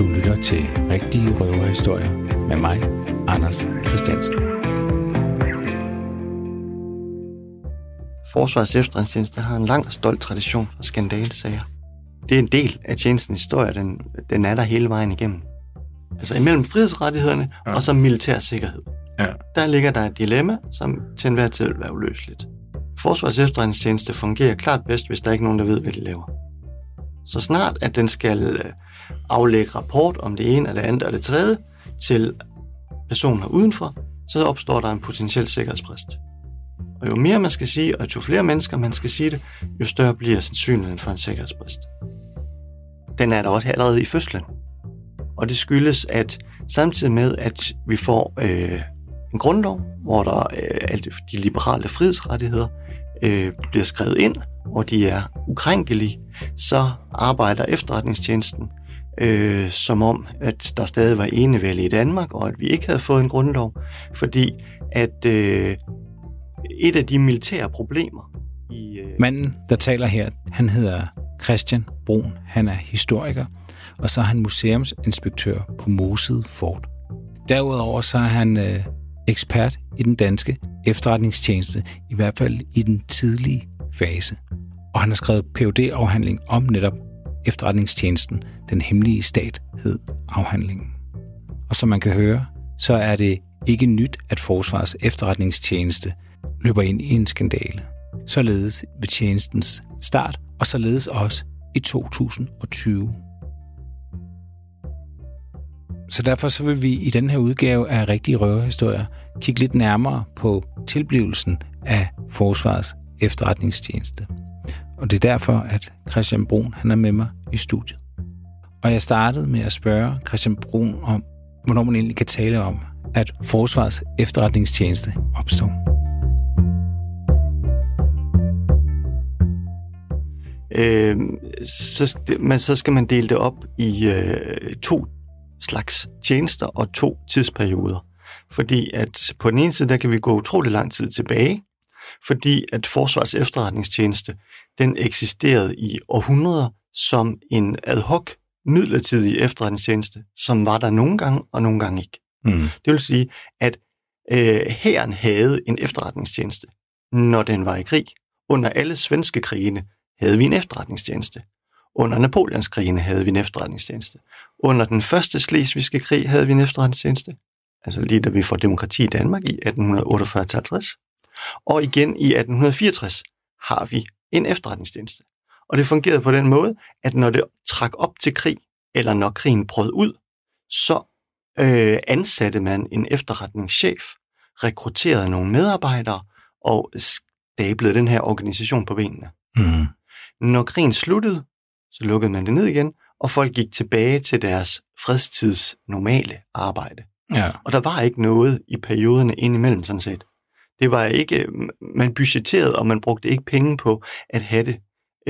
Du lytter til Rigtige Røverhistorier med mig, Anders Christiansen. Forsvarets Efterretningstjeneste har en lang og stolt tradition for skandalesager. Det er en del af tjenestens historie, den er der hele vejen igennem. Altså imellem frihedsrettighederne og så militær sikkerhed. Ja. Der ligger der et dilemma, som til enhver tid vil være uløseligt. Forsvarets Efterretningstjeneste fungerer klart bedst, hvis der ikke er nogen, der ved, hvad de laver. Så snart, at den skal aflægge rapport om det ene, og det andet og det tredje til personer udenfor, så opstår der en potentiel sikkerhedsbrist. Og jo mere man skal sige, og jo flere mennesker man skal sige det, jo større bliver sandsynligheden for en sikkerhedsbrist. Den er der også allerede i fødslen. Og det skyldes, at samtidig med, at vi får en grundlov, hvor der de liberale frihedsrettigheder bliver skrevet ind, hvor de er ukrænkelige, så arbejder efterretningstjenesten som om, at der stadig var enevælde i Danmark, og at vi ikke havde fået en grundlov, fordi at et af de militære problemer i... Manden, der taler her, han hedder Christian Bruun. Han er historiker, og så er han museumsinspektør på Mosede Fort. Derudover så er han ekspert i den danske efterretningstjeneste, i hvert fald i den tidlige fase. Og han har skrevet Ph.D.-afhandling om netop efterretningstjenesten, den hemmelige stat hed afhandlingen. Og som man kan høre, så er det ikke nyt, at Forsvarets Efterretningstjeneste løber ind i en skandale. Således ved tjenestens start, og således også i 2020. Så derfor så vil vi i den her udgave af Rigtige Røverhistorier kigge lidt nærmere på tilblivelsen af Forsvarets Efterretningstjeneste. Og det er derfor, at Christian Bruun han er med mig i studiet. Og jeg startede med at spørge Christian Bruun om, hvornår man egentlig kan tale om, at Forsvarets Efterretningstjeneste opstår. Så skal man dele det op i to slags tjenester og to tidsperioder. Fordi at på den ene side, der kan vi gå utrolig lang tid tilbage, fordi at Forsvarets Efterretningstjeneste, den eksisterede i århundreder som en ad hoc midlertidig efterretningstjeneste, som var der nogle gange og nogle gange ikke. Det vil sige, at hæren havde en efterretningstjeneste, når den var i krig. Under alle svenske krigene havde vi en efterretningstjeneste. Under Napoleonskrigene havde vi en efterretningstjeneste. Under den første slesvigske krig havde vi en efterretningstjeneste. Altså lige da vi får demokrati i Danmark i 1848-50. Og igen i 1864 har vi en efterretningstjeneste. Og det fungerede på den måde, at når det trak op til krig, eller når krigen brød ud, så ansatte man en efterretningschef, rekrutterede nogle medarbejdere og stablede den her organisation på benene. Når krigen sluttede, så lukkede man det ned igen, og folk gik tilbage til deres fredstids normale arbejde. Ja. Og der var ikke noget i perioderne indimellem sådan set. Det var ikke, man budgetterede, og man brugte ikke penge på at have det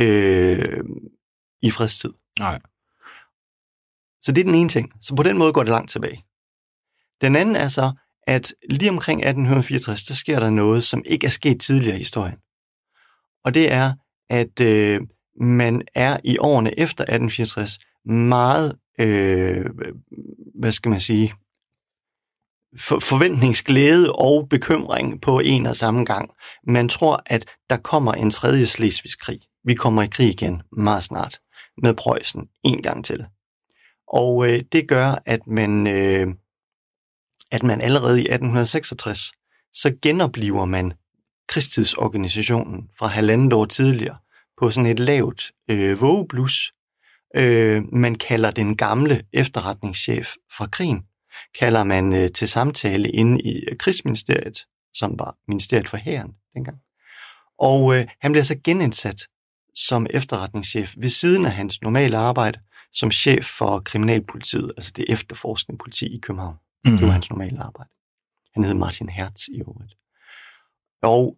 i fredstid. Nej. Så det er den ene ting. Så på den måde går det langt tilbage. Den anden er så, at lige omkring 1864, der sker der noget, som ikke er sket tidligere i historien. Og det er, at man er i årene efter 1864 meget, forventningsglæde og bekymring på en og samme gang. Man tror, at der kommer en tredje slesvigsk krig. Vi kommer i krig igen meget snart med Preussen en gang til. Og det gør, at man allerede i 1866, så genopliver man krigstidsorganisationen fra 1,5 år tidligere på sådan et lavt vågeblus. Man kalder den gamle efterretningschef fra krigen, kalder man til samtale inde i Krigsministeriet, som var ministeriet for hæren dengang. Og han bliver så genindsat som efterretningschef ved siden af hans normale arbejde som chef for kriminalpolitiet, altså det efterforskende politi i København. Det var hans normale arbejde. Han hed Martin Hertz i øvrigt. Og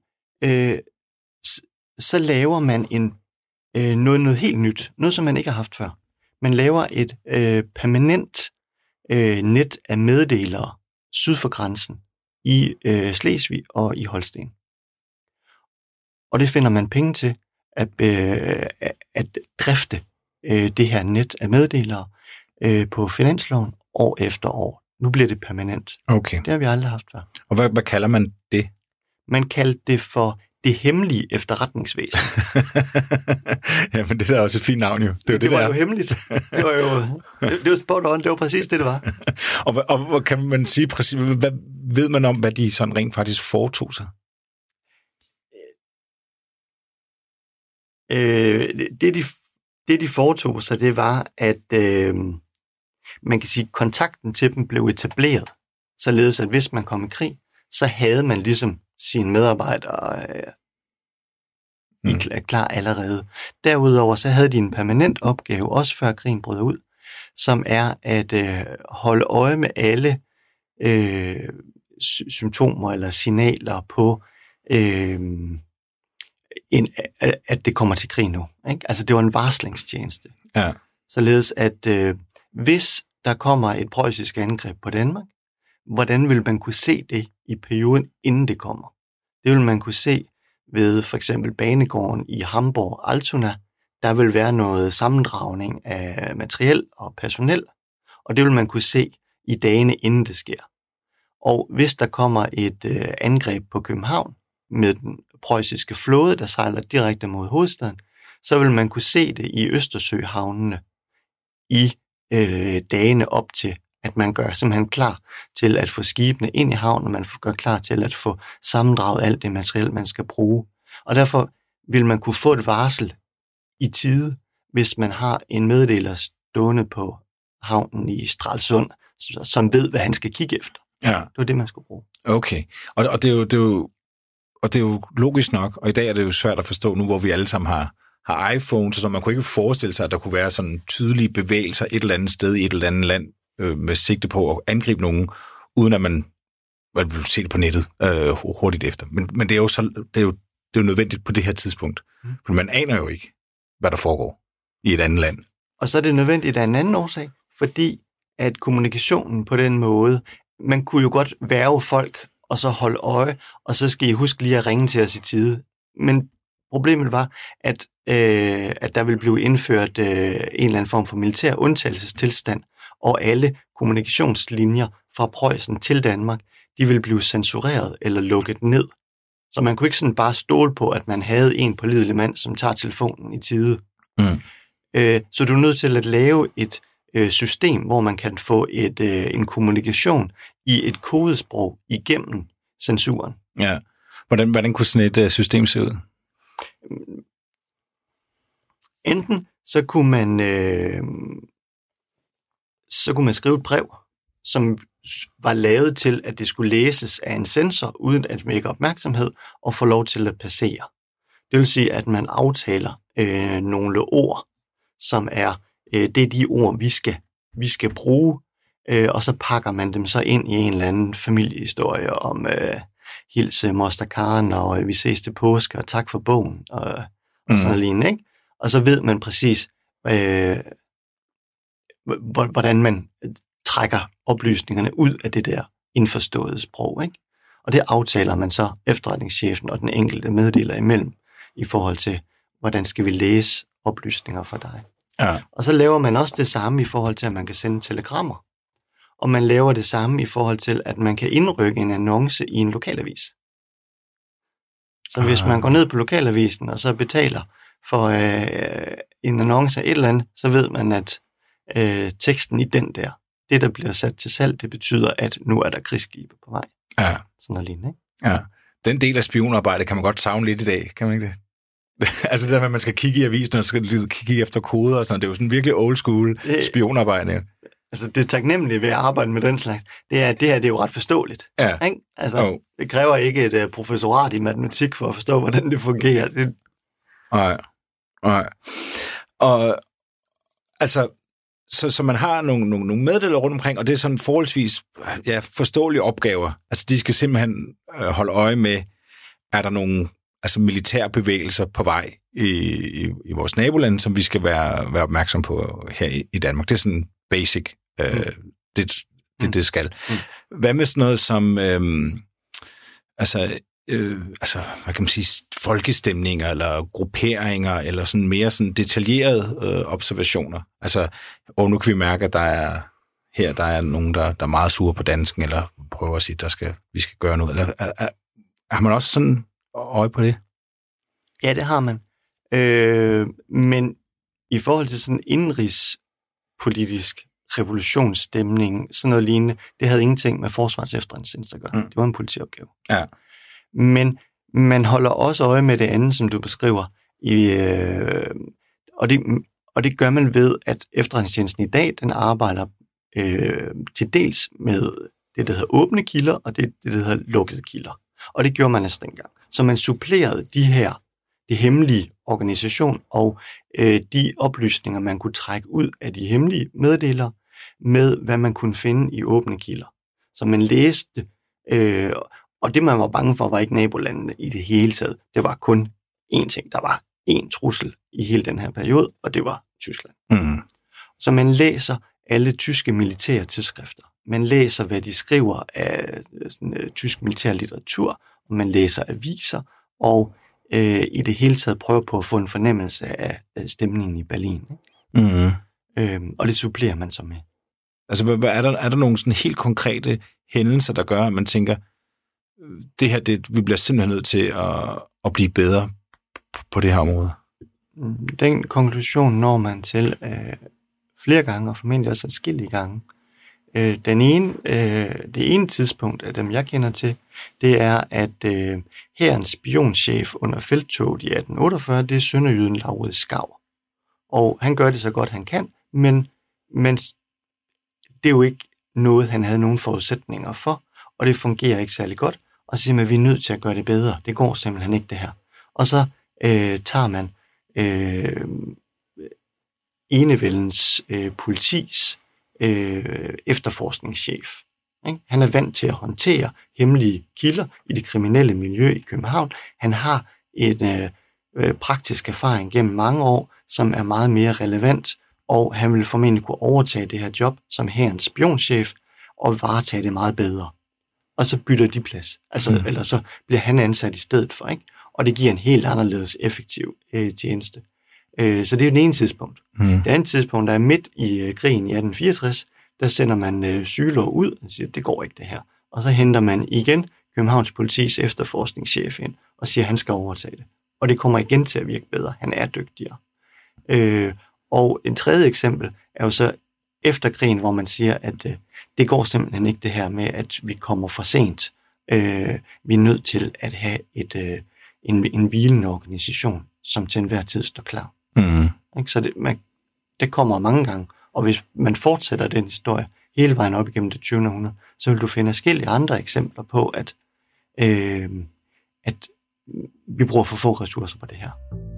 så laver man noget helt nyt, noget som man ikke har haft før. Man laver et permanent net af meddelere syd for grænsen i Slesvig og i Holsten. Og det finder man penge til at drifte det her net af meddelere på finansloven år efter år. Nu bliver det permanent. Okay. Det har vi aldrig haft før. Og hvad kalder man det? Man kaldte det for det hemmelige efterretningsvæsen. Ja, men det er også et fint navn jo. Det var jo hemmeligt. Det var spot on. Det var præcis det var. Og hvad kan man sige præcis? Hvad ved man om, hvad de sådan rent faktisk foretog sig? Det de foretog sig, det var, at man kan sige, kontakten til dem blev etableret, således at hvis man kom i krig, så havde man ligesom sine medarbejdere klar allerede. Derudover så havde de en permanent opgave, også før krigen brød ud, som er at holde øje med alle symptomer eller signaler på, at det kommer til krig nu. Ikke? Altså det var en varslingstjeneste. Ja. Således at hvis der kommer et preussisk angreb på Danmark, hvordan vil man kunne se det i perioden, inden det kommer? Det vil man kunne se ved for eksempel banegården i Hamburg-Altona. Der vil være noget sammendragning af materiel og personel, og det vil man kunne se i dagene, inden det sker. Og hvis der kommer et angreb på København med den preussiske flåde, der sejler direkte mod hovedstaden, så vil man kunne se det i Østersøhavnene i dagene op til, at man gør simpelthen klar til at få skibene ind i havnen, og man gør klar til at få sammendraget alt det materiel, man skal bruge. Og derfor vil man kunne få et varsel i tide, hvis man har en meddeler stående på havnen i Stralsund, som ved, hvad han skal kigge efter. Ja. Det var det, man skulle bruge. Okay. Og det er jo logisk nok, og i dag er det jo svært at forstå nu, hvor vi alle sammen har iPhones, så man kunne ikke forestille sig, at der kunne være sådan tydelige bevægelser et eller andet sted i et eller andet land med sigte på at angribe nogen, uden at man vil se det på nettet hurtigt efter. Men det er jo det er jo nødvendigt på det her tidspunkt, for man aner jo ikke, hvad der foregår i et andet land. Og så er det nødvendigt af en anden årsag, fordi at kommunikationen på den måde, man kunne jo godt værve folk, og så holde øje, og så skal I huske lige at ringe til os i tide. Men problemet var, at der ville blive indført en eller anden form for militær undtagelsestilstand, og alle kommunikationslinjer fra Preussen til Danmark, de ville blive censureret eller lukket ned. Så man kunne ikke sådan bare stole på, at man havde en pålidelig mand, som tager telefonen i tide. Så du er nødt til at lave et system, hvor man kan få en kommunikation i et kodesprog igennem censuren. Ja. Hvordan kunne sådan et system se ud? Enten så kunne man skrive et brev, som var lavet til, at det skulle læses af en censor, uden at vække opmærksomhed, og få lov til at passere. Det vil sige, at man aftaler nogle ord, som er det er de ord, vi skal bruge, og så pakker man dem så ind i en eller anden familiehistorie om hils moster Karen, og vi ses til påske, og tak for bogen, og sådan noget lignende, ikke? Og så ved man præcis, hvordan man trækker oplysningerne ud af det der indforståede sprog, ikke? Og det aftaler man så efterretningschefen og den enkelte meddeler imellem, i forhold til, hvordan skal vi læse oplysninger for dig. Ja. Og så laver man også det samme i forhold til, at man kan sende telegrammer. Og man laver det samme i forhold til, at man kan indrykke en annonce i en lokalavis. Så hvis man går ned på lokalavisen, og så betaler for en annonce af et eller andet, så ved man, at teksten i den der bliver sat til salg, det betyder, at nu er der krigsskibe på vej. Ja. Sådan noget lignende, ikke? Ja. Den del af spionarbejde kan man godt savne lidt i dag, kan man ikke det? Altså det der med, at man skal kigge i avisen, og skal kigge efter koder og sådan, det er jo sådan virkelig old school spionarbejde. Altså det taknemmelige ved at arbejde med den slags, det her det er jo ret forståeligt. Ja. Ikke? Altså, det kræver ikke et professorat i matematik for at forstå, hvordan det fungerer. Nej. Og altså, så man har nogle meddeler rundt omkring, og det er sådan forholdsvis forståelige opgaver. Altså de skal simpelthen holde øje med, er der nogle militære bevægelser på vej i vores nabolande, som vi skal være opmærksom på her i Danmark. Det er sådan basic. Det skal. Hvad med sådan noget som altså, hvad kan man sige, folkestemninger eller grupperinger, eller sådan mere sådan detaljerede observationer. Altså, nu kan vi mærke, at der er nogen, der er meget sure på dansken, eller prøver at sige, vi skal gøre noget. Eller, har man også sådan øje på det? Ja, det har man. Men i forhold til sådan indenrigspolitisk revolutionsstemning, sådan noget lignende, det havde ingenting med Forsvarets Efterretningstjeneste at gøre. Det var en politiopgave. Ja. Men man holder også øje med det andet, som du beskriver. Og det gør man ved, at Efterretningstjenesten i dag, den arbejder til dels med det, der hedder åbne kilder, og det der hedder lukkede kilder. Og det gjorde man næsten engang. Så man supplerede det hemmelige organisation og de oplysninger, man kunne trække ud af de hemmelige meddelere, med hvad man kunne finde i åbne kilder. Så man læste, og det man var bange for, var ikke nabolandene i det hele taget. Det var kun én ting. Der var én trussel i hele den her periode, og det var Tyskland. Mm. Så man læser alle tyske militære tidsskrifter. Man læser, hvad de skriver af tysk militær litteratur, og man læser aviser, og i det hele taget prøver på at få en fornemmelse af stemningen i Berlin. Mm. Og det supplerer man så med. Altså, er der nogle sådan helt konkrete hændelser, der gør, at man tænker, vi bliver simpelthen nødt til at blive bedre på det her område? Den konklusion når man til flere gange, og formentlig også adskillige gange. Det ene tidspunkt af dem, jeg kender til, det er, at hærens spionchef under felttoget i 1848, det er sønderjyden Laurits Skau. Og han gør det så godt, han kan, men det er jo ikke noget, han havde nogen forudsætninger for, og det fungerer ikke særlig godt. Og så siger man, at vi er nødt til at gøre det bedre. Det går simpelthen ikke, det her. Og så tager man enevældens politis efterforskningschef. Ikke? Han er vant til at håndtere hemmelige kilder i det kriminelle miljø i København. Han har en praktisk erfaring gennem mange år, som er meget mere relevant, og han vil formentlig kunne overtage det her job som hærens spionchef og varetage det meget bedre. Og så bytter de plads. Eller så bliver han ansat i stedet for, ikke? Og det giver en helt anderledes effektiv tjeneste. Så det er jo den ene tidspunkt. Det andet tidspunkt, der er midt i krigen i 1864, der sender man Sylow ud og siger, det går ikke det her. Og så henter man igen Københavns politis efterforskningschef ind og siger, at han skal overtage det. Og det kommer igen til at virke bedre. Han er dygtigere. Og en tredje eksempel er jo så efter krigen, hvor man siger, at det går simpelthen ikke det her med, at vi kommer for sent. Vi er nødt til at have en hvilende organisation, som til enhver tid står klar. Mm. Så det kommer mange gange, og hvis man fortsætter den historie hele vejen op igennem det 20. århundrede, så vil du finde forskellige andre eksempler på, at vi bruger for få ressourcer på det her.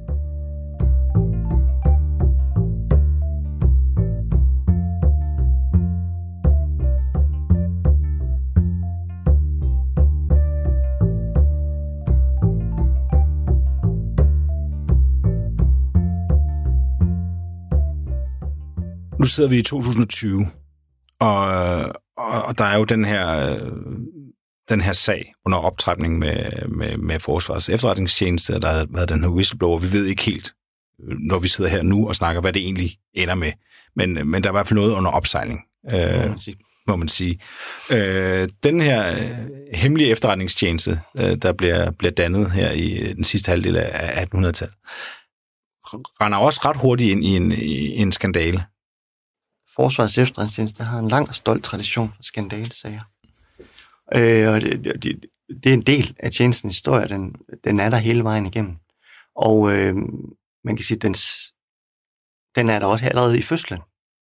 Nu sidder vi i 2020, og der er jo den her sag under optrækning med Forsvarets Efterretningstjeneste, der har været den her whistleblower. Vi ved ikke helt, når vi sidder her nu og snakker, hvad det egentlig ender med. Men der er i hvert fald noget under opsejling, må man sige. Den her hemmelige efterretningstjeneste, der bliver dannet her i den sidste halvdel af 1800-tallet, render også ret hurtigt ind i en skandale. Forsvarets Efterretningstjeneste har en lang og stolt tradition for skandalesager. Og det er en del af tjenestens historie, den er der hele vejen igennem. Og man kan sige, den er der også allerede i fødslen.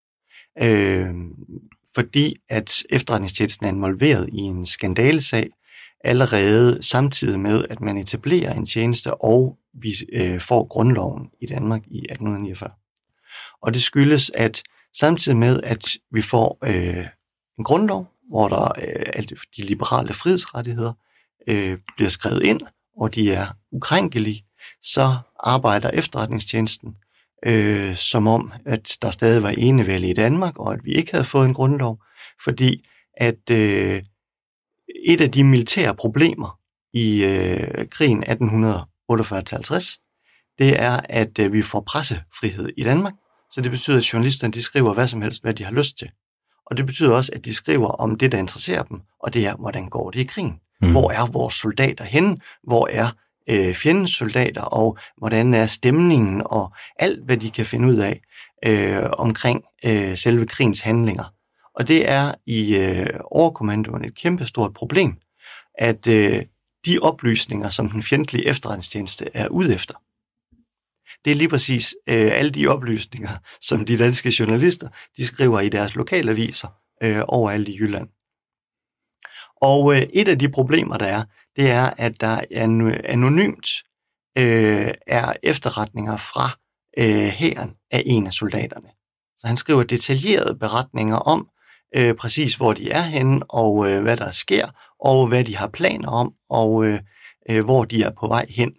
Fordi at efterretningstjenesten er involveret i en skandalesag, allerede samtidig med, at man etablerer en tjeneste, og vi får grundloven i Danmark i 1849. Og det skyldes, at samtidig med, at vi får en grundlov, hvor der de liberale frihedsrettigheder bliver skrevet ind, og de er ukrænkelige, så arbejder efterretningstjenesten som om, at der stadig var enevælde i Danmark, og at vi ikke havde fået en grundlov, fordi at et af de militære problemer i krigen 1848-50, det er, at vi får pressefrihed i Danmark. Så det betyder, at journalisterne de skriver hvad som helst, hvad de har lyst til. Og det betyder også, at de skriver om det, der interesserer dem, og det er, hvordan går det i krigen? Hvor er vores soldater henne? Hvor er fjendens soldater? Og hvordan er stemningen? Og alt, hvad de kan finde ud af omkring selve krigens handlinger. Og det er i overkommandoen et kæmpestort problem, at de oplysninger, som den fjendtlige efterretningstjeneste er ude efter, det er lige præcis alle de oplysninger, som de danske journalister, de skriver i deres lokalaviser overalt i Jylland. Og et af de problemer, der er, det er, at der anonymt er efterretninger fra hæren af en af soldaterne. Så han skriver detaljerede beretninger om præcis, hvor de er henne, og hvad der sker, og hvad de har planer om, og hvor de er på vej hen.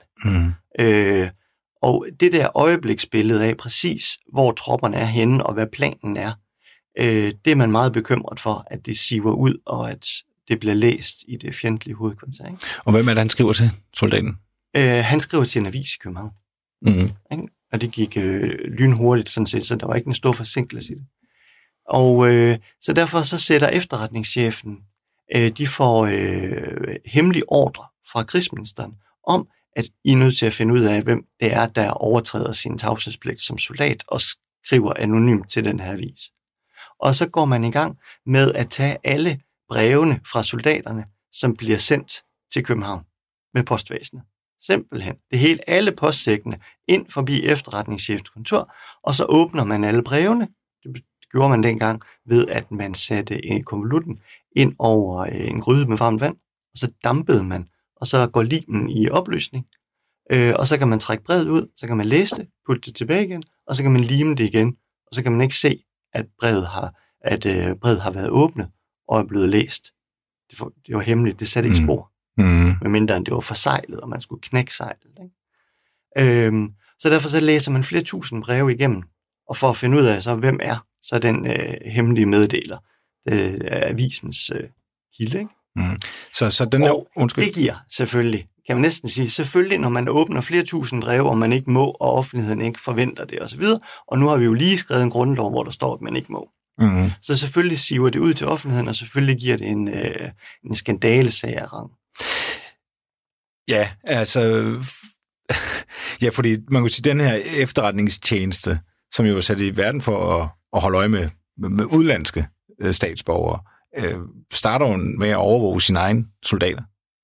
Og det der øjebliksbillede af præcis, hvor tropperne er henne, og hvad planen er, det er man meget bekymret for, at det siver ud, og at det bliver læst i det fjendtlige hovedkvarter. Ikke? Og hvem er det, han skriver til, soldaten? Han skriver til en avis i København. Ikke? Og det gik lynhurtigt, sådan set, så der var ikke en stor forsinkelse i det. Og så derfor så sætter efterretningschefen, de får hemmelige ordre fra krigsministeren om, at I er nødt til at finde ud af, hvem det er, der overtræder sin tavshedspligt som soldat og skriver anonymt til den her avis. Og så går man i gang med at tage alle brevene fra soldaterne, som bliver sendt til København med postvæsenet. Simpelthen. Det hele, alle postsækkene ind forbi efterretningschefens kontor, og så åbner man alle brevene. Det gjorde man dengang ved, at man satte konvolutten ind over en gryde med varmt vand, og så dampede man, og så går limen i opløsning, og så kan man trække brevet ud, så kan man læse det, putte det tilbage igen, og så kan man lime det igen, og så kan man ikke se, at brevet har været åbnet og er blevet læst. Det var hemmeligt, det satte ikke spor. Medmindre det var forsejlet, og man skulle knække sejlet. Ikke? Så derfor så læser man flere tusind breve igennem, og for at finde ud af, så hvem er så den hemmelige meddeler, avisens kilde. Ikke? Så den er, det giver selvfølgelig, kan man næsten sige, selvfølgelig når man åbner flere tusind breve, og man ikke må, og offentligheden ikke forventer det osv., og nu har vi jo lige skrevet en grundlov, hvor der står, at man ikke må. Så selvfølgelig siver det ud til offentligheden, og selvfølgelig giver det en skandalesag af rang. Ja, altså... Ja, fordi man kan sige, den her efterretningstjeneste, som jo er sat i verden for at holde øje med udlandske statsborgere, starter hun med at overvåge sine egne soldater.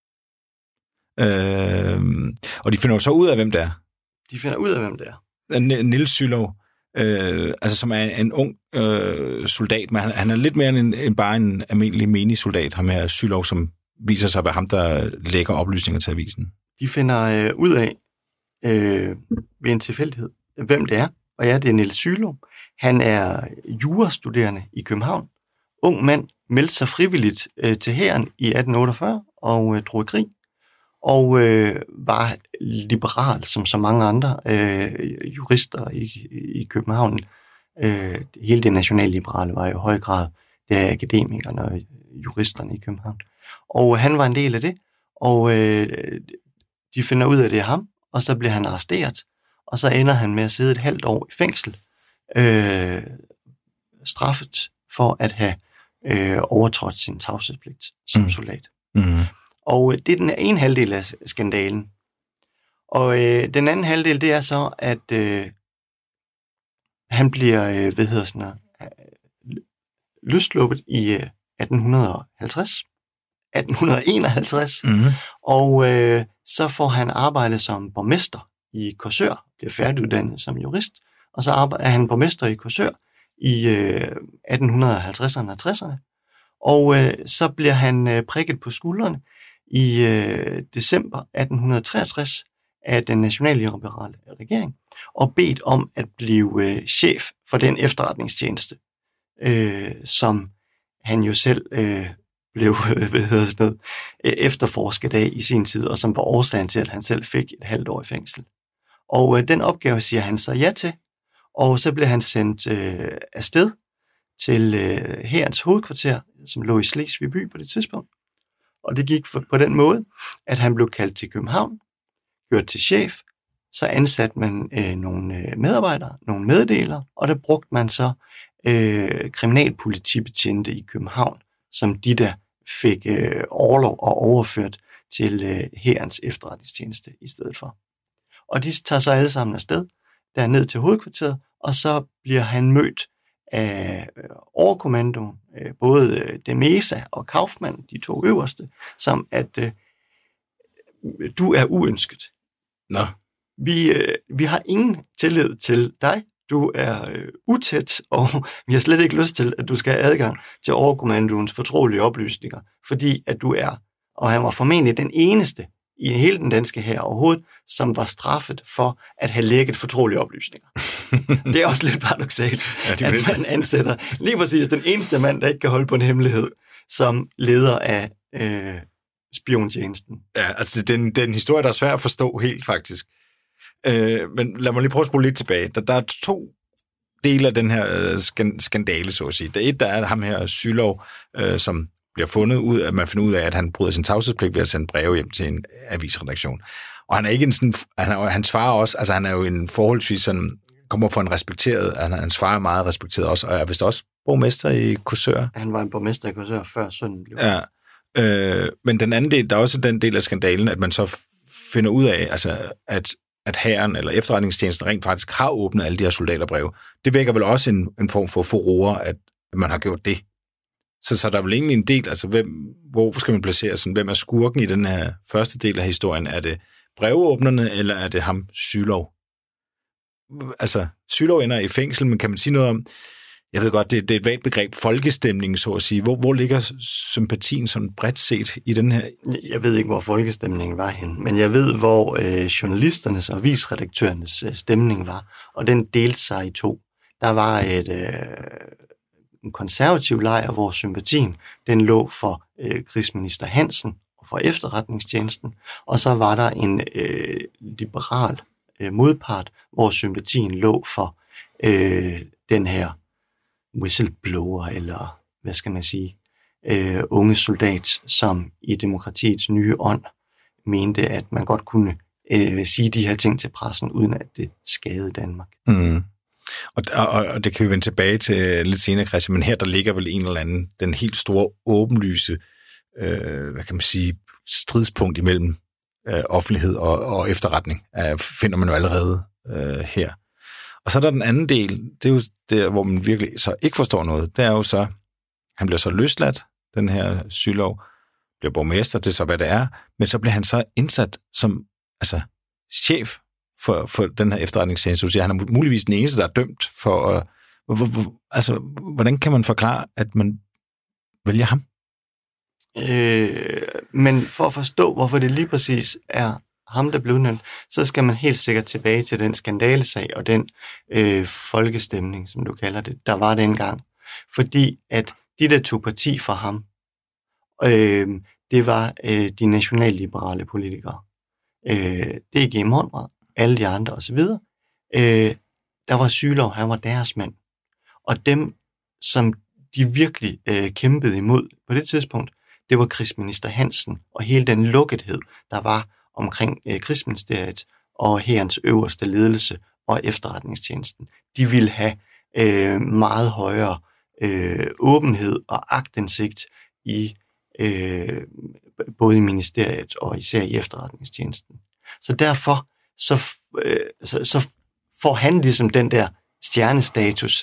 Og de finder jo så ud af, hvem det er. De finder ud af, hvem det er. Niels Sylov, altså som er en ung soldat, men han er lidt mere end bare en almindelig menig soldat, ham her Sylov, som viser sig at være ham, der lægger oplysninger til avisen. De finder ud af ved en tilfældighed, hvem det er. Og ja, det er Niels Sylov. Han er jurastuderende i København. Ung mand, meldte sig frivilligt til hæren i 1848 og drog i krig. Og var liberal, som så mange andre jurister i København. Hele det nationalliberale var i høj grad det er akademikerne og juristerne i København. Og han var en del af det, og de finder ud af, det er ham, og så bliver han arresteret, og så ender han med at sidde et halvt år i fængsel, straffet for at have overtrådt sin tavshedspligt som soldat. Og det er den ene halvdel af skandalen. Og den anden halvdel, det er så, at han bliver, løsluppet i 1851, og så får han arbejde som borgmester i Korsør, bliver færdiguddannet som jurist, og så er han borgmester i Korsør i 1850'erne og 60'erne, og så bliver han prikket på skuldrene i december 1863 af den nationalliberale regering, og bedt om at blive chef for den efterretningstjeneste, som han jo selv blev efterforsket af i sin tid, og som var årsagen til, at han selv fik et halvt år i fængsel. Og den opgave siger han så ja til, og så blev han sendt afsted til hærens hovedkvarter, som lå i Slesvig by på det tidspunkt. Og det gik på den måde, at han blev kaldt til København, gjort til chef, så ansatte man nogle medarbejdere, nogle meddelere, og der brugte man så kriminalpolitibetjente i København, som de der fik orlov og overført til hærens efterretningstjeneste i stedet for. Og de tager så alle sammen afsted, der ned til hovedkvarteret, og så bliver han mødt af overkommandoen, både de Mesa og Kaufmann, de to øverste, som at du er uønsket. Nå. Vi har ingen tillid til dig. Du er utæt, og vi har slet ikke lyst til, at du skal have adgang til overkommandoens fortrolige oplysninger, fordi at du er, og han var formentlig den eneste i hele den danske hær overhovedet, som var straffet for at have lækket fortrolige oplysninger. Det er også lidt paradoksalt, at man ansætter lige præcis den eneste mand, der ikke kan holde på en hemmelighed, som leder af spiontjenesten. Ja, altså det er en historie, der er svær at forstå helt, faktisk. Men lad mig lige prøve at spole lidt tilbage. Der er to dele af den her skandale, så at sige. Der er ham her Sylov, som bliver fundet ud, at man finder ud af, at han bryder sin tavshedspligt ved at sende breve hjem til en avisredaktion. Og han er ikke en sådan, han svarer også, altså han er jo en forholdsvis sådan, kommer fra en respekteret, hans far er meget respekteret også, og er vist også borgmester i Korsør. Han var en borgmester i Korsør før sønnen blev. Ja, men den anden del, der er også den del af skandalen, at man så finder ud af, altså at hæren eller efterretningstjenesten rent faktisk har åbnet alle de her soldaterbreve. Det vækker vel også en form for furore, at man har gjort det. Så der er vel egentlig en del, altså hvor skal man placere sådan, hvem er skurken i den her første del af historien? Er det brevåbnerne, eller er det ham Sylov? Altså, Sylov ender i fængsel, men kan man sige noget om, jeg ved godt, det er et vagt begreb, folkestemning, så at sige. Hvor ligger sympatien sådan bredt set i den her? Jeg ved ikke, hvor folkestemningen var hen, men jeg ved, hvor journalisternes og avisredaktørernes stemning var, og den delte sig i to. Der var en konservativ lejr, hvor sympatien den lå for krigsminister Hansen og for efterretningstjenesten, og så var der en liberal modpart, hvor sympatien lå for den her whistleblower, eller hvad skal man sige, unge soldat, som i demokratiets nye ånd mente, at man godt kunne sige de her ting til pressen, uden at det skadede Danmark. Mm. Og det kan vi vende tilbage til lidt senere, Christian, men her der ligger vel en eller anden, den helt store åbenlyse, hvad kan man sige, stridspunkt imellem offentlighed og efterretning, finder man jo allerede her. Og så er der den anden del, det er jo der, hvor man virkelig så ikke forstår noget, det er jo så, han bliver så løsladt, den her Sylov, bliver borgmester, det er så hvad det er, men så bliver han så indsat som chef for den her efterretningstjeneste. Du siger, han er muligvis den eneste, der er dømt for hvordan kan man forklare, at man vælger ham? Men for at forstå, hvorfor det lige præcis er ham, der blev udnævnt, så skal man helt sikkert tilbage til den skandalesag og den folkestemning, som du kalder det, der var dengang. Fordi at de, der tog parti for ham, det var de nationalliberale politikere. D.G. Monrad, alle de andre osv. Der var Sylov, han var deres mand. Og dem, som de virkelig kæmpede imod på det tidspunkt, det var krigsminister Hansen og hele den lukkethed, der var omkring krigsministeriet og hærens øverste ledelse og efterretningstjenesten. De ville have meget højere åbenhed og aktindsigt i både i ministeriet og især i efterretningstjenesten. Så derfor så får han ligesom den der stjernestatus.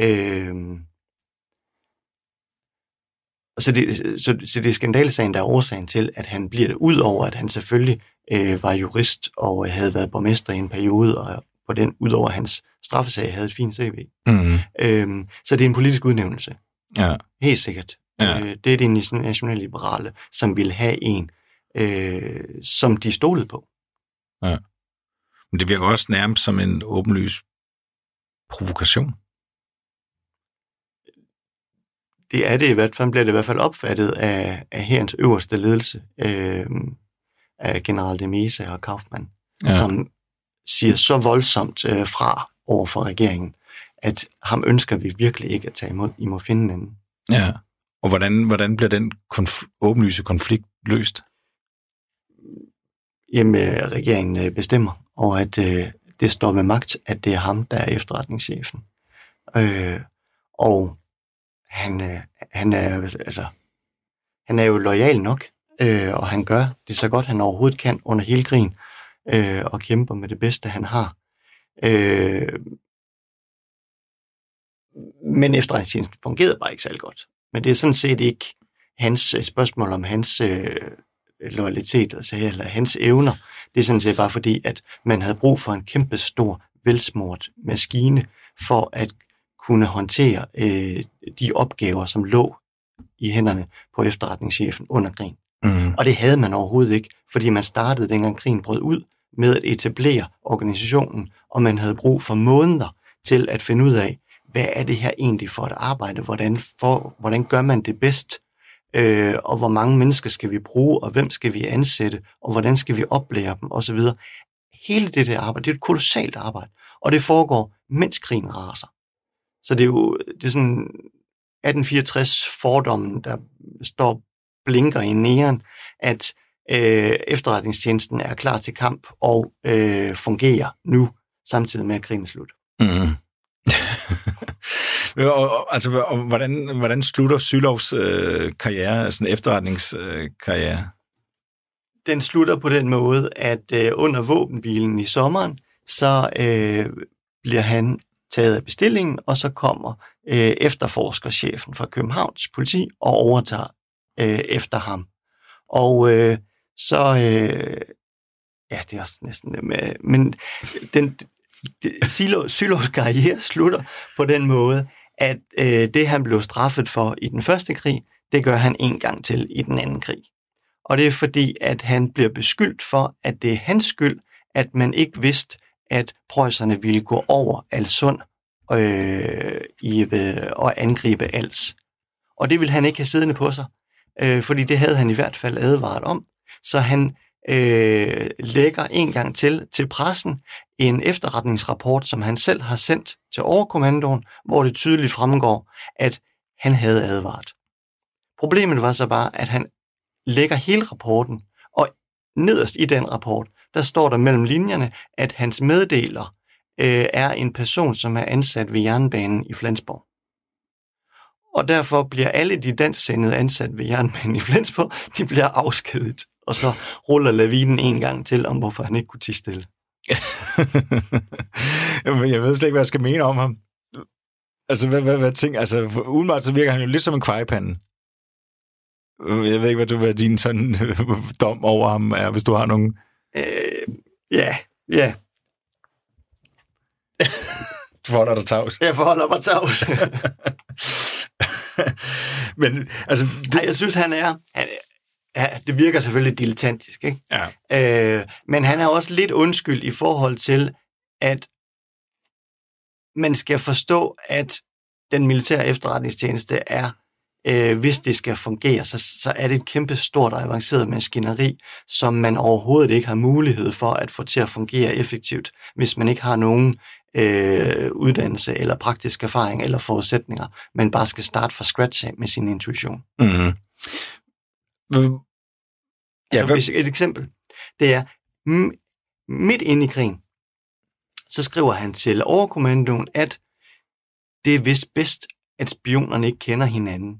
Så det er skandalesagen, der er årsagen til, at han bliver det, ud over at han selvfølgelig var jurist og havde været borgmester i en periode, og på den, ud over hans straffesag, havde et fint CV. Mm-hmm. Så det er en politisk udnævnelse. Ja. Helt sikkert. Ja. Det er de nationalliberale, som vil have en, som de stolede på. Ja. Men det virker også nærmest som en åbenlys provokation. Det er det i hvert fald, bliver det i hvert fald opfattet af hærens øverste ledelse, af general de Mesa og Kaufmann, som siger så voldsomt fra over for regeringen, at ham ønsker vi virkelig ikke at tage imod. I må finde en anden. Ja, Og hvordan bliver den åbenlyse konflikt løst? Jamen, regeringen bestemmer, og at det står med magt, at det er ham, der er efterretningschefen. Og han er jo loyal nok, og han gør det så godt, han overhovedet kan under hele krigen, og kæmper med det bedste, han har. Men efterretningstjenesten fungerede bare ikke særlig godt. Men det er sådan set ikke hans spørgsmål om hans loyalitet, altså, eller hans evner. Det er sådan set bare fordi, at man havde brug for en kæmpe stor, velsmurt maskine for at kunne håndtere de opgaver, som lå i hænderne på efterretningschefen under krigen. Mm. Og det havde man overhovedet ikke, fordi man startede, dengang krigen brød ud, med at etablere organisationen, og man havde brug for måneder til at finde ud af, hvad er det her egentlig for et arbejde, hvordan gør man det bedst, og hvor mange mennesker skal vi bruge, og hvem skal vi ansætte, og hvordan skal vi oplære dem, osv. Hele det der arbejde, det er et kolossalt arbejde, og det foregår, mens krigen raser. Så det er sådan 1864 fordommen, der står blinker i næren, at efterretningstjenesten er klar til kamp og fungerer nu, samtidig med at krigen er slut. Mm. og hvordan slutter Sylovs karriere, altså en efterretningskarriere? Den slutter på den måde, at under våbenhvilen i sommeren, så bliver han taget af bestillingen, og så kommer efterforskerchefen fra Københavns politi og overtager efter ham. Og det er også næsten med, men Sylovs karriere slutter på den måde, at det han blev straffet for i den første krig, det gør han en gang til i den anden krig. Og det er fordi, at han bliver beskyldt for, at det er hans skyld, at man ikke vidste, at preusserne ville gå over Alssund og angribe Als. Og det ville han ikke have siddende på sig, fordi det havde han i hvert fald advaret om. Så han lægger en gang til pressen en efterretningsrapport, som han selv har sendt til overkommandoen, hvor det tydeligt fremgår, at han havde advaret. Problemet var så bare, at han lægger hele rapporten, og nederst i den rapport, der står der mellem linjerne, at hans meddeler er en person, som er ansat ved jernbanen i Flensborg. Og derfor bliver alle de dansksindede ansat ved jernbanen i Flensborg, de bliver afskediget. Og så ruller lavinen en gang til, om hvorfor han ikke kunne tie stille. Jamen, jeg ved slet ikke, hvad jeg skal mene om ham. Altså, hvad ting? Altså, umiddelbart så virker han jo lidt som en kvejpande. Jeg ved ikke, hvad din sådan dom over ham er, hvis du har nogen. Ja. Du forholder dig tavs. Jeg forholder mig tavs. Men, altså... Jeg synes, han er... det virker selvfølgelig dilettantisk, ikke? Ja. Men han er også lidt undskyld i forhold til, at man skal forstå, at den militære efterretningstjeneste er, hvis det skal fungere, så er det et kæmpe stort og avanceret maskineri, som man overhovedet ikke har mulighed for at få til at fungere effektivt, hvis man ikke har nogen uddannelse eller praktisk erfaring eller forudsætninger, man bare skal starte fra scratch med sin intuition. Mm-hmm. Altså, et eksempel, det er, midt inde i krigen, så skriver han til overkommandoen, at det er vist bedst, at spionerne ikke kender hinanden.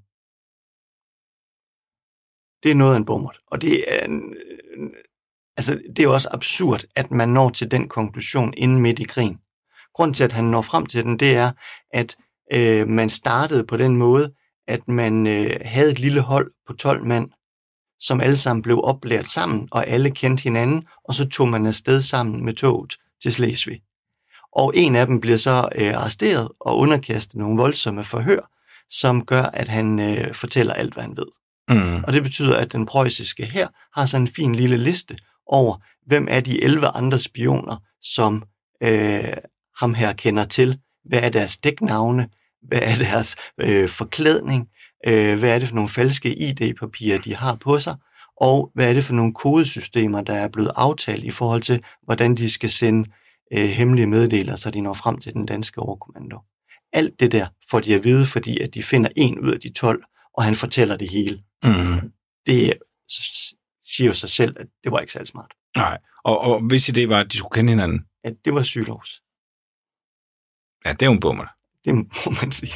Det er noget af en bommert, og det er det er jo også absurd, at man når til den konklusion inden midt i krigen. Grunden til, at han når frem til den, det er, at man startede på den måde, at man havde et lille hold på 12 mand, som alle sammen blev oplært sammen, og alle kendte hinanden, og så tog man afsted sammen med toget til Slesvig. Og en af dem bliver så arresteret og underkastet nogle voldsomme forhør, som gør, at han fortæller alt, hvad han ved. Mm. Og det betyder, at den preussiske hær har sådan en fin lille liste over, hvem er de 11 andre spioner, som ham her kender til. Hvad er deres dæknavne? Hvad er deres forklædning? Hvad er det for nogle falske ID-papirer, de har på sig? Og hvad er det for nogle kodesystemer, der er blevet aftalt i forhold til, hvordan de skal sende hemmelige meddelelser, så de når frem til den danske overkommando? Alt det der får de at vide, fordi at de finder en ud af de 12, og han fortæller det hele. Mm. Det siger jo sig selv, at det var ikke særlig smart. Nej, og hvis idé var, at de skulle kende hinanden? At det var Sylovs. Ja, det er jo en bummer. Det må man sige.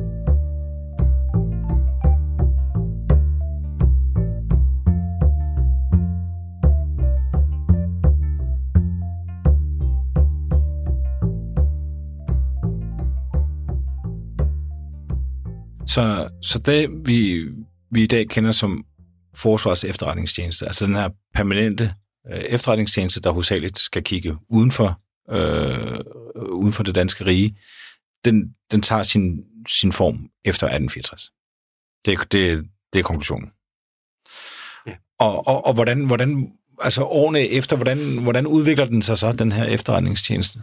Så det, vi i dag kender som Forsvarets efterretningstjeneste, altså den her permanente efterretningstjeneste, der hovedsageligt skal kigge uden for det danske rige, den tager sin form efter 1864. Det er konklusionen. Ja. Og hvordan altså årene efter, hvordan udvikler den sig så, den her efterretningstjeneste?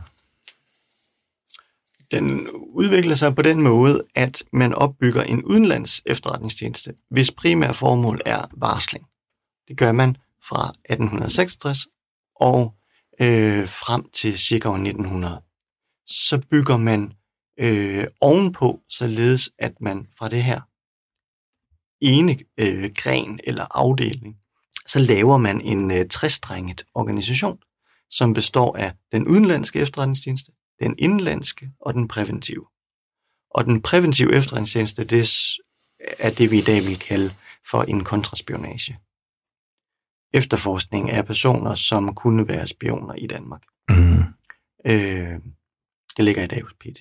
Den udvikler sig på den måde, at man opbygger en udenlands efterretningstjeneste, hvis primære formål er varsling. Det gør man fra 1866 og frem til cirka år 1900. Så bygger man ovenpå, således at man fra det her ene gren eller afdeling, så laver man en trestrenget organisation, som består af den udenlandske efterretningstjeneste, den indenlandske og den præventive. Og den præventive efterretningstjeneste, det er det, vi i dag vil kalde for en kontraspionage. Efterforskning af personer, som kunne være spioner i Danmark. Mm. Det ligger i dag hos PET.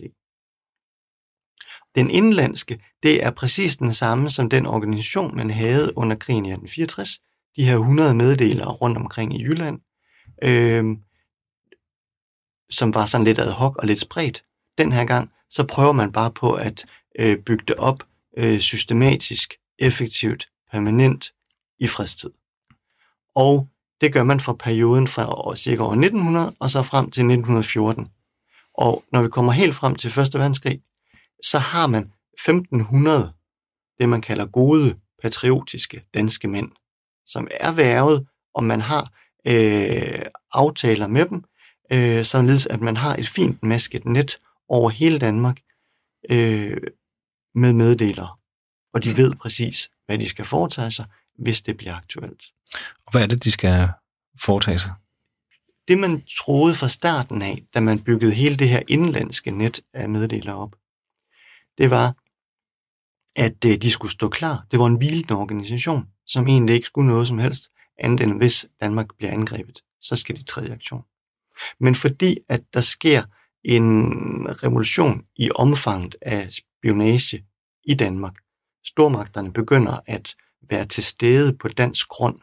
Den indenlandske, det er præcis den samme som den organisation, man havde under krigen i 1864. De her 100 meddelere rundt omkring i Jylland, som var sådan lidt ad hoc og lidt spredt. Den her gang, så prøver man bare på at bygge det op systematisk, effektivt, permanent i fredstid. Og det gør man fra perioden fra cirka år 1900 og så frem til 1914. Og når vi kommer helt frem til 1. verdenskrig, så har man 1500, det man kalder gode, patriotiske danske mænd, som er hvervet, og man har aftaler med dem, således at man har et fint masket net over hele Danmark med meddelere, og de ved præcis, hvad de skal foretage sig, hvis det bliver aktuelt. Og hvad er det, de skal foretage sig? Det, man troede fra starten af, da man byggede hele det her indenlandske net af meddelere op, det var, at de skulle stå klar. Det var en hvilende organisation, som egentlig ikke skulle noget som helst, andet end hvis Danmark bliver angrebet, så skal de træde i aktion. Men fordi at der sker en revolution i omfanget af spionage i Danmark, stormagterne begynder at være til stede på dansk grund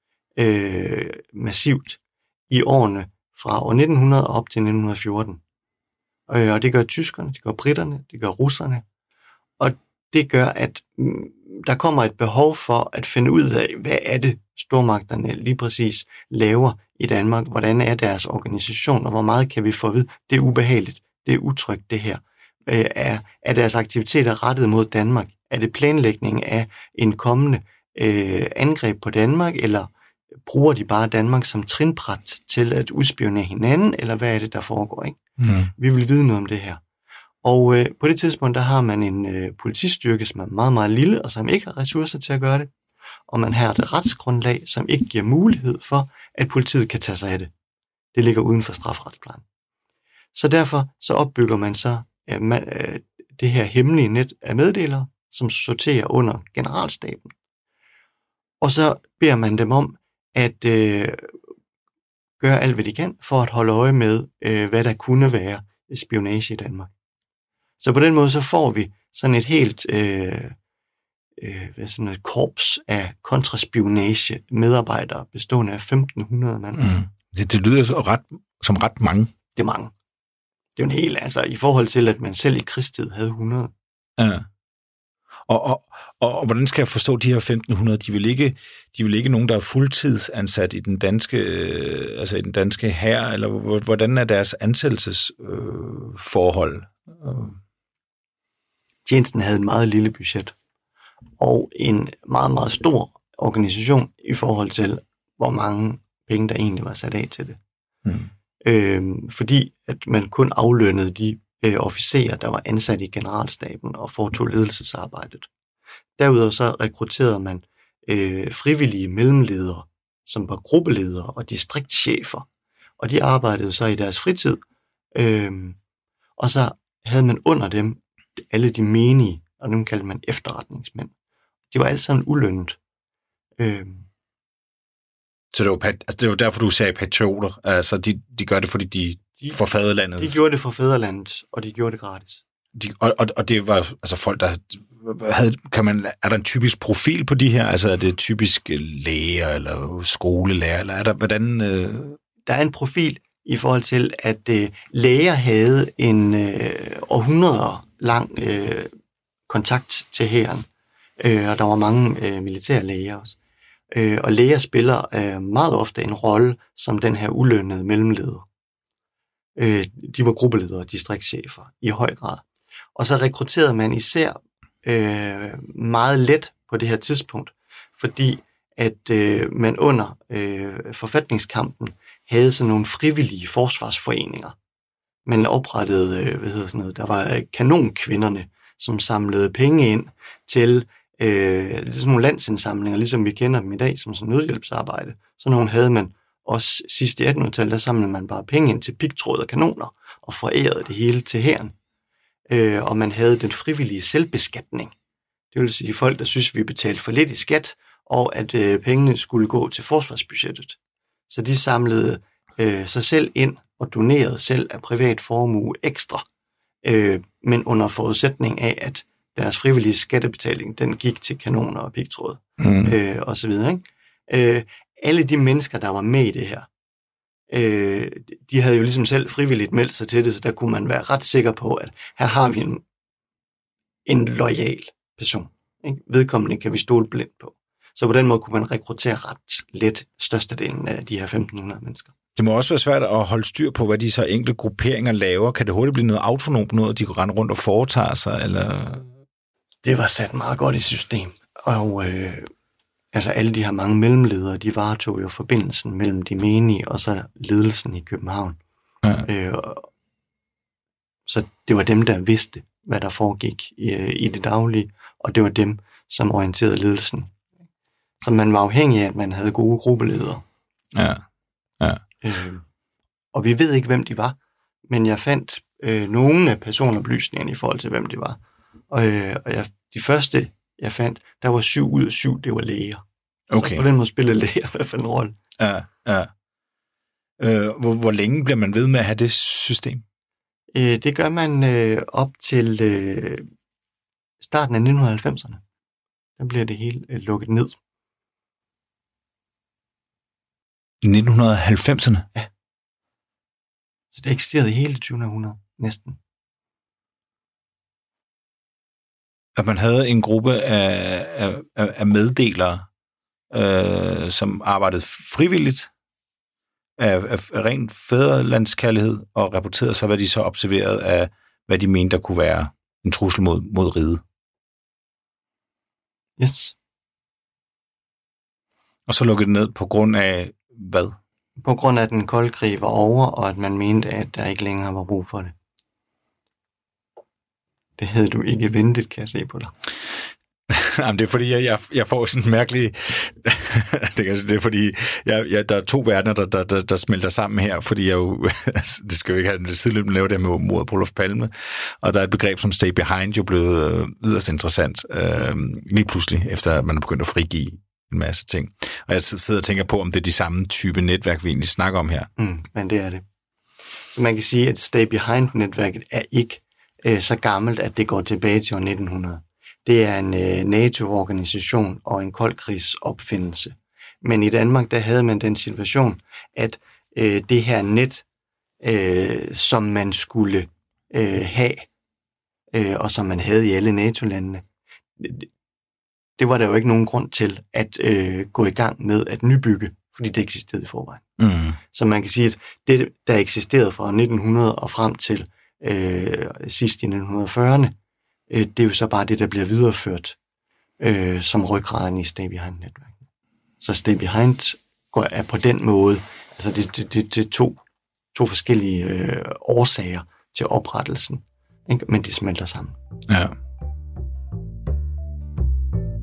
massivt i årene fra år 1900 op til 1914. Og det gør tyskerne, det gør britterne, det gør russerne. Og det gør, at der kommer et behov for at finde ud af, hvad er det, stormagterne lige præcis laver i Danmark? Hvordan er deres organisation, og hvor meget kan vi få at vide? Det er ubehageligt, det er utrygt det her. Er deres aktiviteter rettet mod Danmark? Er det planlægning af en kommende angreb på Danmark, eller bruger de bare Danmark som trinbræt til at udspionere hinanden, eller hvad er det, der foregår? Ikke? Mm. Vi vil vide noget om det her. Og på det tidspunkt, der har man en politistyrke, som er meget, meget lille, og som ikke har ressourcer til at gøre det. Og man har et retsgrundlag, som ikke giver mulighed for, at politiet kan tage sig af det. Det ligger uden for strafferetsplejen. Så derfor så opbygger man så det her hemmelige net af meddelere, som sorterer under generalstaben. Og så beder man dem om at gøre alt, hvad de kan, for at holde øje med, hvad der kunne være spionage i Danmark. Så på den måde så får vi sådan et helt sådan et korps af kontraspionage medarbejdere bestående af 1500 mand. Mm. Det lyder som ret mange. Det er mange. Det er jo en hel, altså i forhold til, at man selv i krigstid havde 100. Ja. Og hvordan skal jeg forstå de her 1500? De vil ikke nogen, der er fuldtidsansat i den danske hær, eller hvordan er deres ansættelsesforhold? Tjenesten havde et meget lille budget, og en meget, meget stor organisation i forhold til, hvor mange penge, der egentlig var sat af til det. Mm. Fordi at man kun aflønnede de officerer, der var ansat i generalstaben og foretog ledelsesarbejdet. Derudover så rekrutterede man frivillige mellemledere, som var gruppeledere og distriktschefer, og de arbejdede så i deres fritid, og så havde man under dem alle de menige, og dem kaldte man efterretningsmænd. De var alle sammen ulønnet. Så det var derfor, du sagde patrioter. Altså, de gør det, fordi de for fædrelandet. De gjorde det for fædrelandet, og de gjorde det gratis. Og det var altså folk, der havde... Er der en typisk profil på de her? Altså, er det typisk læger eller skolelærer? Eller er der, hvordan... Der er en profil i forhold til, at læger havde en århundreder lang kontakt til hæren. Og der var mange militære læger også. Og læger spiller meget ofte en rolle som den her ulønnede mellemleder. De var gruppeledere og distriktschefer i høj grad. Og så rekrutterede man især meget let på det her tidspunkt, fordi at man under forfatningskampen havde sådan nogle frivillige forsvarsforeninger. Man oprettede, der var kanonkvinderne, som samlede penge ind til sådan nogle landsindsamlinger, ligesom vi kender dem i dag, som sådan nødhjælpsarbejde. Så nogle havde man også sidst i 1800-tallet, der samlede man bare penge ind til pigtråd og kanoner, og forærede det hele til hæren. Og man havde den frivillige selvbeskatning. Det vil sige folk, der synes, vi betalte for lidt i skat, og at pengene skulle gå til forsvarsbudgettet. Så de samlede sig selv ind og donerede selv af privat formue ekstra, men under forudsætning af, at deres frivillige skattebetaling, den gik til kanoner og pigtråd, og så videre. Ikke? Alle de mennesker, der var med i det her, de havde jo ligesom selv frivilligt meldt sig til det, så der kunne man være ret sikker på, at her har vi en loyal person. Ikke? Vedkommende kan vi stole blindt på. Så på den måde kunne man rekruttere ret let størstedelen af de her 1.500 mennesker. Det må også være svært at holde styr på, hvad de så enkelte grupperinger laver. Kan det hurtigt blive noget autonomt, noget de kan rende rundt og foretage sig? Eller? Det var sat meget godt i system. Og altså alle de her mange mellemledere, de varetog jo forbindelsen mellem de menige og så ledelsen i København. Ja. Så det var dem, der vidste, hvad der foregik i det daglige, og det var dem, som orienterede ledelsen. Så man var afhængig af, at man havde gode gruppeledere. Ja. Ja. Og vi ved ikke, hvem de var, men jeg fandt nogle af personoplysningerne i forhold til, hvem de var. Og de første, jeg fandt, der var 7 ud af 7, det var læger. Okay. Så på den måde spillede læger i hvert fald en rolle. Ja, ja. Hvor længe bliver man ved med at have det system? Det gør man op til starten af 1990'erne. Der bliver det hele lukket ned. I 1990'erne? Ja. Så det eksisterede hele 20. århundrede, næsten. At man havde en gruppe af meddelere, som arbejdede frivilligt af ren fædrelandskærlighed, og rapporterede så, hvad de så observerede af, hvad de mente, der kunne være en trussel mod riget. Yes. Og så lukkede det ned på grund af hvad? På grund af, at den kolde krig var over, og at man mente, at der ikke længere var brug for det. Det havde du ikke ventet, kan jeg se på dig. Jamen, det er fordi, jeg får sådan en mærkelig... det er fordi, der er 2 verdener, der smelter sammen her, fordi jeg jo... det skal jo ikke have det sideløbende lave det med mordet på Olof Palme, og der er et begreb som stay behind jo blevet yderst interessant, lige pludselig, efter man er begyndt at frigive en masse ting. Og jeg sidder og tænker på, om det er de samme type netværk, vi egentlig snakker om her. Men det er det. Man kan sige, at stay behind-netværket er ikke så gammelt, at det går tilbage til år 1900. Det er en NATO-organisation og en koldkrigsopfindelse. Men i Danmark, der havde man den situation, at det her net, som man skulle have, og som man havde i alle NATO-landene, det var der jo ikke nogen grund til at gå i gang med at nybygge, fordi det eksisterede i forvejen. Så man kan sige, at det, der eksisterede fra 1900 og frem til sidst i 1940'erne, det er jo så bare det, der bliver videreført som ryggraden i Stay Behind-netværket. Så Stay Behind er på den måde, altså det er to forskellige årsager til oprettelsen, ikke? Men de smelter sammen. Ja.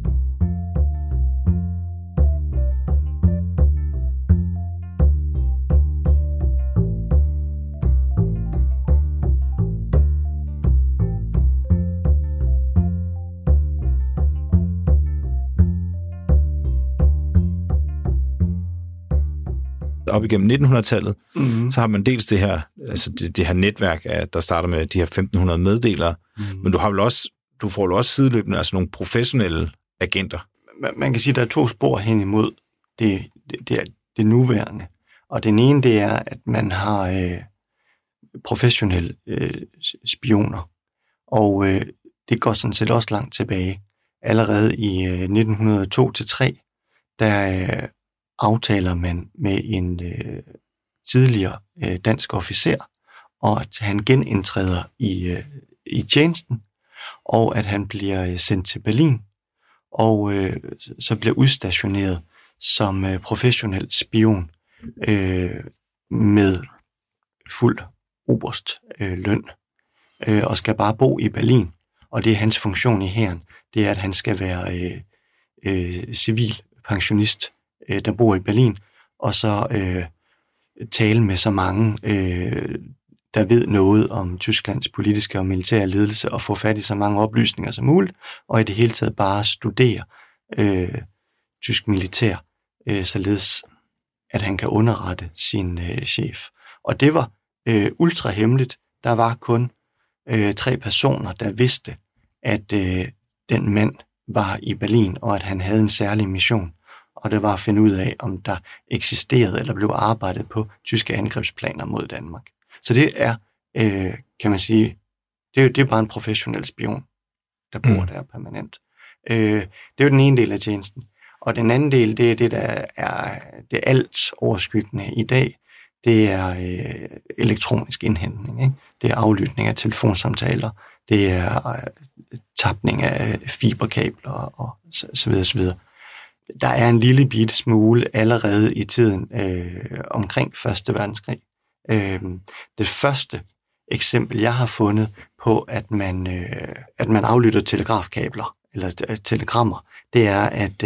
op igennem 1900-tallet, så har man dels det her, altså det her netværk, der starter med de her 1500 meddelere, men du får jo også sideløbende altså nogle professionelle agenter. Man kan sige, at der er 2 spor hen imod det nuværende. Og den ene, det er, at man har professionelle spioner. Og det går sådan set også langt tilbage. Allerede i 1902-3, der aftaler man med en tidligere dansk officer, og at han genindtræder i tjenesten, og at han bliver sendt til Berlin, og så bliver udstationeret som professionel spion med fuld oberstløn, og skal bare bo i Berlin. Og det er hans funktion i hæren, det er, at han skal være civil pensionist, der bor i Berlin, og så tale med så mange, der ved noget om Tysklands politiske og militære ledelse, og få fat i så mange oplysninger som muligt, og i det hele taget bare studere tysk militær, således at han kan underrette sin chef. Og det var ultra hemmeligt. Der var kun 3 personer, der vidste, at den mand var i Berlin, og at han havde en særlig mission. Og det var at finde ud af, om der eksisterede eller blev arbejdet på tyske angrebsplaner mod Danmark. Så det er, kan man sige, det er bare en professionel spion, der bor der permanent. Det er jo den ene del af tjenesten. Og den anden del, det er det, der er det alt overskyggende i dag. Det er elektronisk indhentning. Ikke? Det er aflytning af telefonsamtaler. Det er tapning af fiberkabler og så videre, så videre. Der er en lille bitte smule allerede i tiden omkring 1. verdenskrig. Det første eksempel, jeg har fundet på, at man aflytter telegrafkabler eller telegrammer, det er, at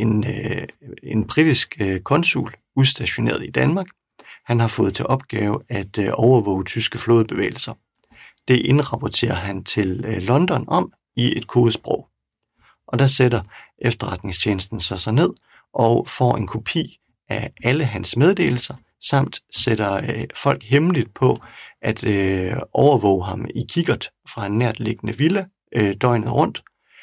en britisk konsul udstationeret i Danmark, han har fået til opgave at overvåge tyske flådebevægelser. Det indrapporterer han til London om i et kodesprog. Og der sætter efterretningstjenesten sig ned og får en kopi af alle hans meddelelser, samt sætter folk hemmeligt på at overvåge ham i kikkert fra en nærtliggende villa døgnet rundt.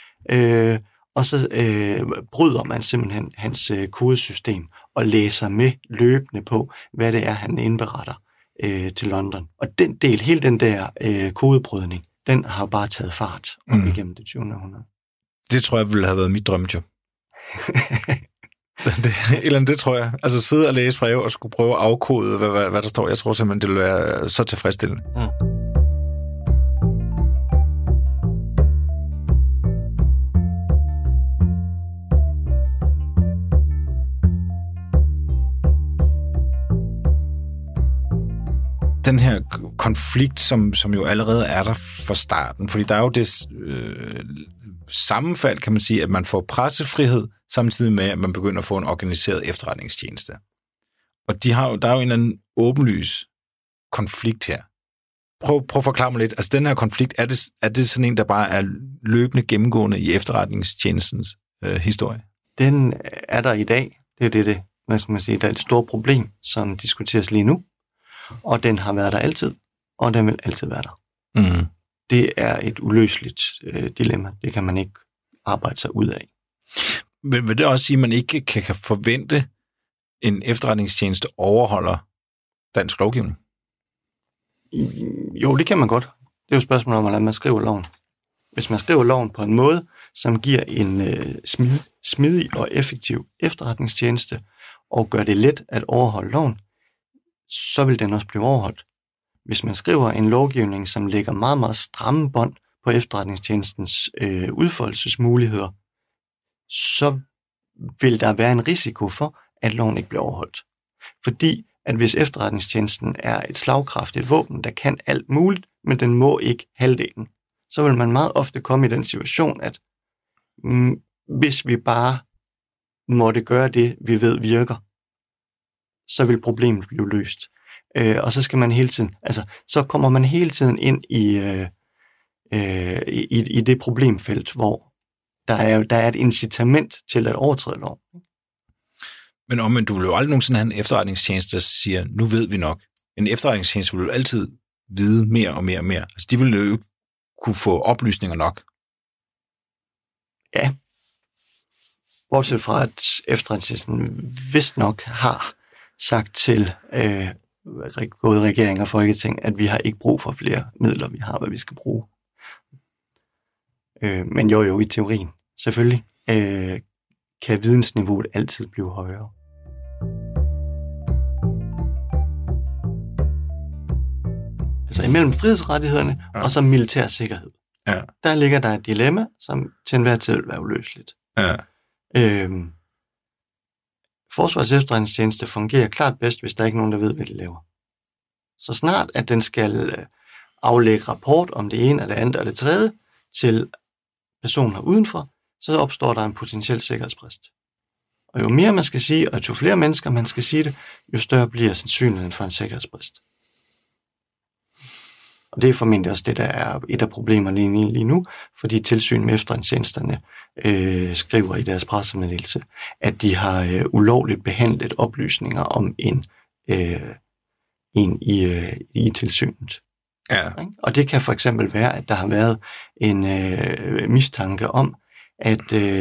Og så bryder man simpelthen hans kodesystem og læser med løbende på, hvad det er, han indberetter til London. Og den del, hele den der kodebrydning, den har bare taget fart op igennem det 20. århundrede. Det tror jeg ville have været mit drømmejob. Det tror jeg. Altså sidde og læse breve og skulle prøve at afkode, hvad der står. Jeg tror simpelthen, det ville være så tilfredsstillende. Ja. Den her konflikt, som jo allerede er der fra starten, fordi der er jo det sammenfald, kan man sige, at man får pressefrihed, samtidig med, at man begynder at få en organiseret efterretningstjeneste. Og der er jo en eller anden åbenlys konflikt her. Prøv at forklare mig lidt. Altså, den her konflikt, er det sådan en, der bare er løbende gennemgående i efterretningstjenestens historie? Den er der i dag. Det er det, hvad skal man sige, der er et stort problem, som diskuteres lige nu. Og den har været der altid, og den vil altid være der. Mm. Det er et uløseligt dilemma. Det kan man ikke arbejde sig ud af. Men vil det også sige, at man ikke kan forvente, en efterretningstjeneste overholder dansk lovgivning? Jo, det kan man godt. Det er jo et spørgsmål om, hvordan man skriver loven. Hvis man skriver loven på en måde, som giver en smidig og effektiv efterretningstjeneste, og gør det let at overholde loven, så vil den også blive overholdt. Hvis man skriver en lovgivning, som lægger meget, meget stramme bånd på efterretningstjenestens udfoldelsesmuligheder, så vil der være en risiko for, at loven ikke bliver overholdt. Fordi at hvis efterretningstjenesten er et slagkraftigt våben, der kan alt muligt, men den må ikke halvdelen, så vil man meget ofte komme i den situation, at hvis vi bare måtte gøre det, vi ved virker, så vil problemet blive løst. Og så skal man hele tiden, så kommer man hele tiden ind i det problemfelt, hvor der er et incitament til at overtræde loven. Men du vil jo aldrig nogensinde have en efterretningstjeneste, der siger, nu ved vi nok. En efterretningstjeneste vil jo altid vide mere og mere og mere. Altså, de vil jo ikke kunne få oplysninger nok. Ja. Bortset fra, at efterretningstjenesten vist nok har sagt til både regering og folketing, at vi har ikke brug for flere midler, vi har, hvad vi skal bruge. Men jo, i teorien. Selvfølgelig kan vidensniveauet altid blive højere. Altså imellem frihedsrettighederne og så militær sikkerhed. Ja. Der ligger der et dilemma, som til enhver tid vil være uløseligt. Ja. Forsvarets efterretningstjeneste fungerer klart bedst, hvis der ikke er nogen, der ved, hvad de laver. Så snart, at den skal aflægge rapport om det ene, og det andet og det tredje til personer udenfor, så opstår der en potentiel sikkerhedsbrist. Og jo mere man skal sige, og jo flere mennesker man skal sige det, jo større bliver sandsynligheden for en sikkerhedsbrist. Og det er formentlig også det, der er et af problemerne lige nu, fordi tilsyn med efterretningstjenesterne skriver i deres pressemeddelelse, at de har ulovligt behandlet oplysninger om en i tilsynet. Ja. Og det kan for eksempel være, at der har været en mistanke om, at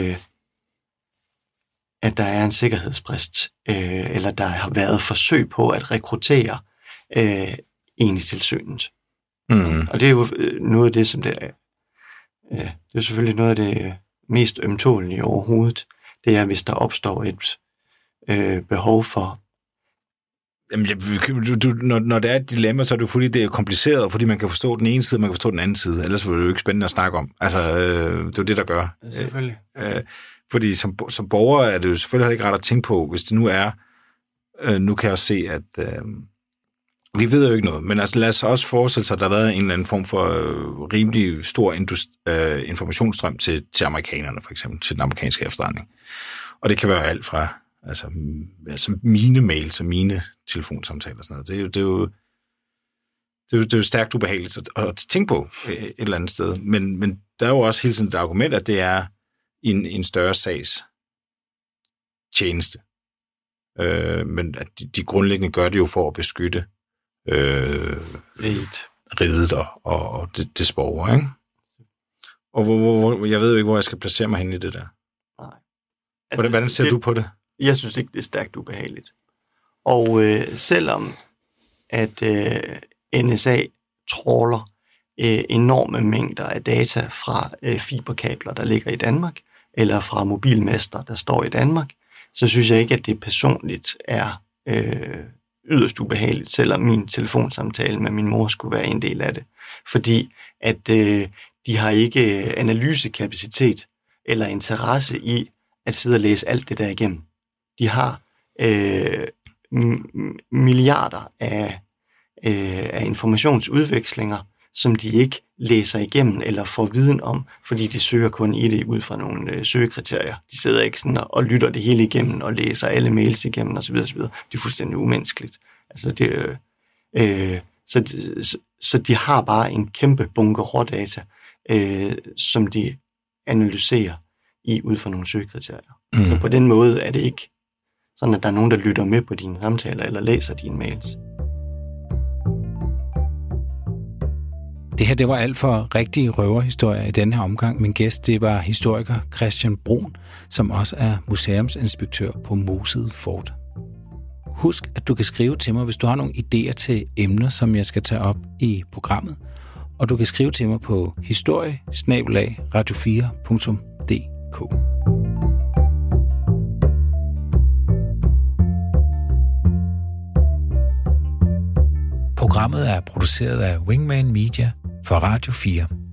der er en sikkerhedsbrist, eller der har været forsøg på at rekruttere en i tilsynet. Mm. Og det er jo noget af det, som det er. Det er selvfølgelig noget af det mest ømtålige overhovedet. Det er, hvis der opstår et behov for. Jamen, når det er et dilemma, så er det jo fordi, det er kompliceret, fordi man kan forstå den ene side, og man kan forstå den anden side. Ellers er det jo ikke spændende at snakke om. Altså, det er jo det, der gør. Selvfølgelig. Fordi som borger er det jo selvfølgelig ikke ret at tænke på, hvis det nu er. Nu kan jeg også se, at vi ved jo ikke noget, men altså, lad os også forestille sig, at der har været en eller anden form for rimelig stor informationsstrøm til amerikanerne, for eksempel, til den amerikanske efterretning. Og det kan være alt fra altså mine mails og mine telefonsamtaler og sådan noget. Det er jo stærkt ubehageligt at tænke på et eller andet sted. Men der er jo også hele tiden et argument, at det er en større sags tjeneste. Men at de grundlæggende gør det jo for at beskytte riget og det borgere, ikke? Og jeg ved jo ikke, hvor jeg skal placere mig henne i det der. Nej. Altså, hvordan ser du på det? Jeg synes ikke, det er stærkt ubehageligt. Og selvom at NSA trawler enorme mængder af data fra fiberkabler, der ligger i Danmark, eller fra mobilmaster, der står i Danmark, så synes jeg ikke, at det personligt er yderst ubehageligt, selvom min telefonsamtale med min mor skulle være en del af det. Fordi at de har ikke analysekapacitet eller interesse i at sidde og læse alt det der igennem. De har milliarder af informationsudvekslinger, som de ikke læser igennem eller får viden om, fordi de søger kun i det ud fra nogle søgekriterier. De sidder ikke sådan og lytter det hele igennem og læser alle mails igennem osv. Det er fuldstændig umenneskeligt. Altså så de har bare en kæmpe bunke rådata, som de analyserer ud fra nogle søgekriterier. Mm. Så på den måde er det ikke sådan, at der er nogen, der lytter med på dine samtaler eller læser dine mails. Det her, det var alt for rigtige røverhistorier i denne her omgang. Min gæst, det var historiker Christian Bruhn, som også er museumsinspektør på Mosede Fort. Husk, at du kan skrive til mig, hvis du har nogle idéer til emner, som jeg skal tage op i programmet. Og du kan skrive til mig på historie@radio4.dk. Programmet er produceret af Wingman Media for Radio 4.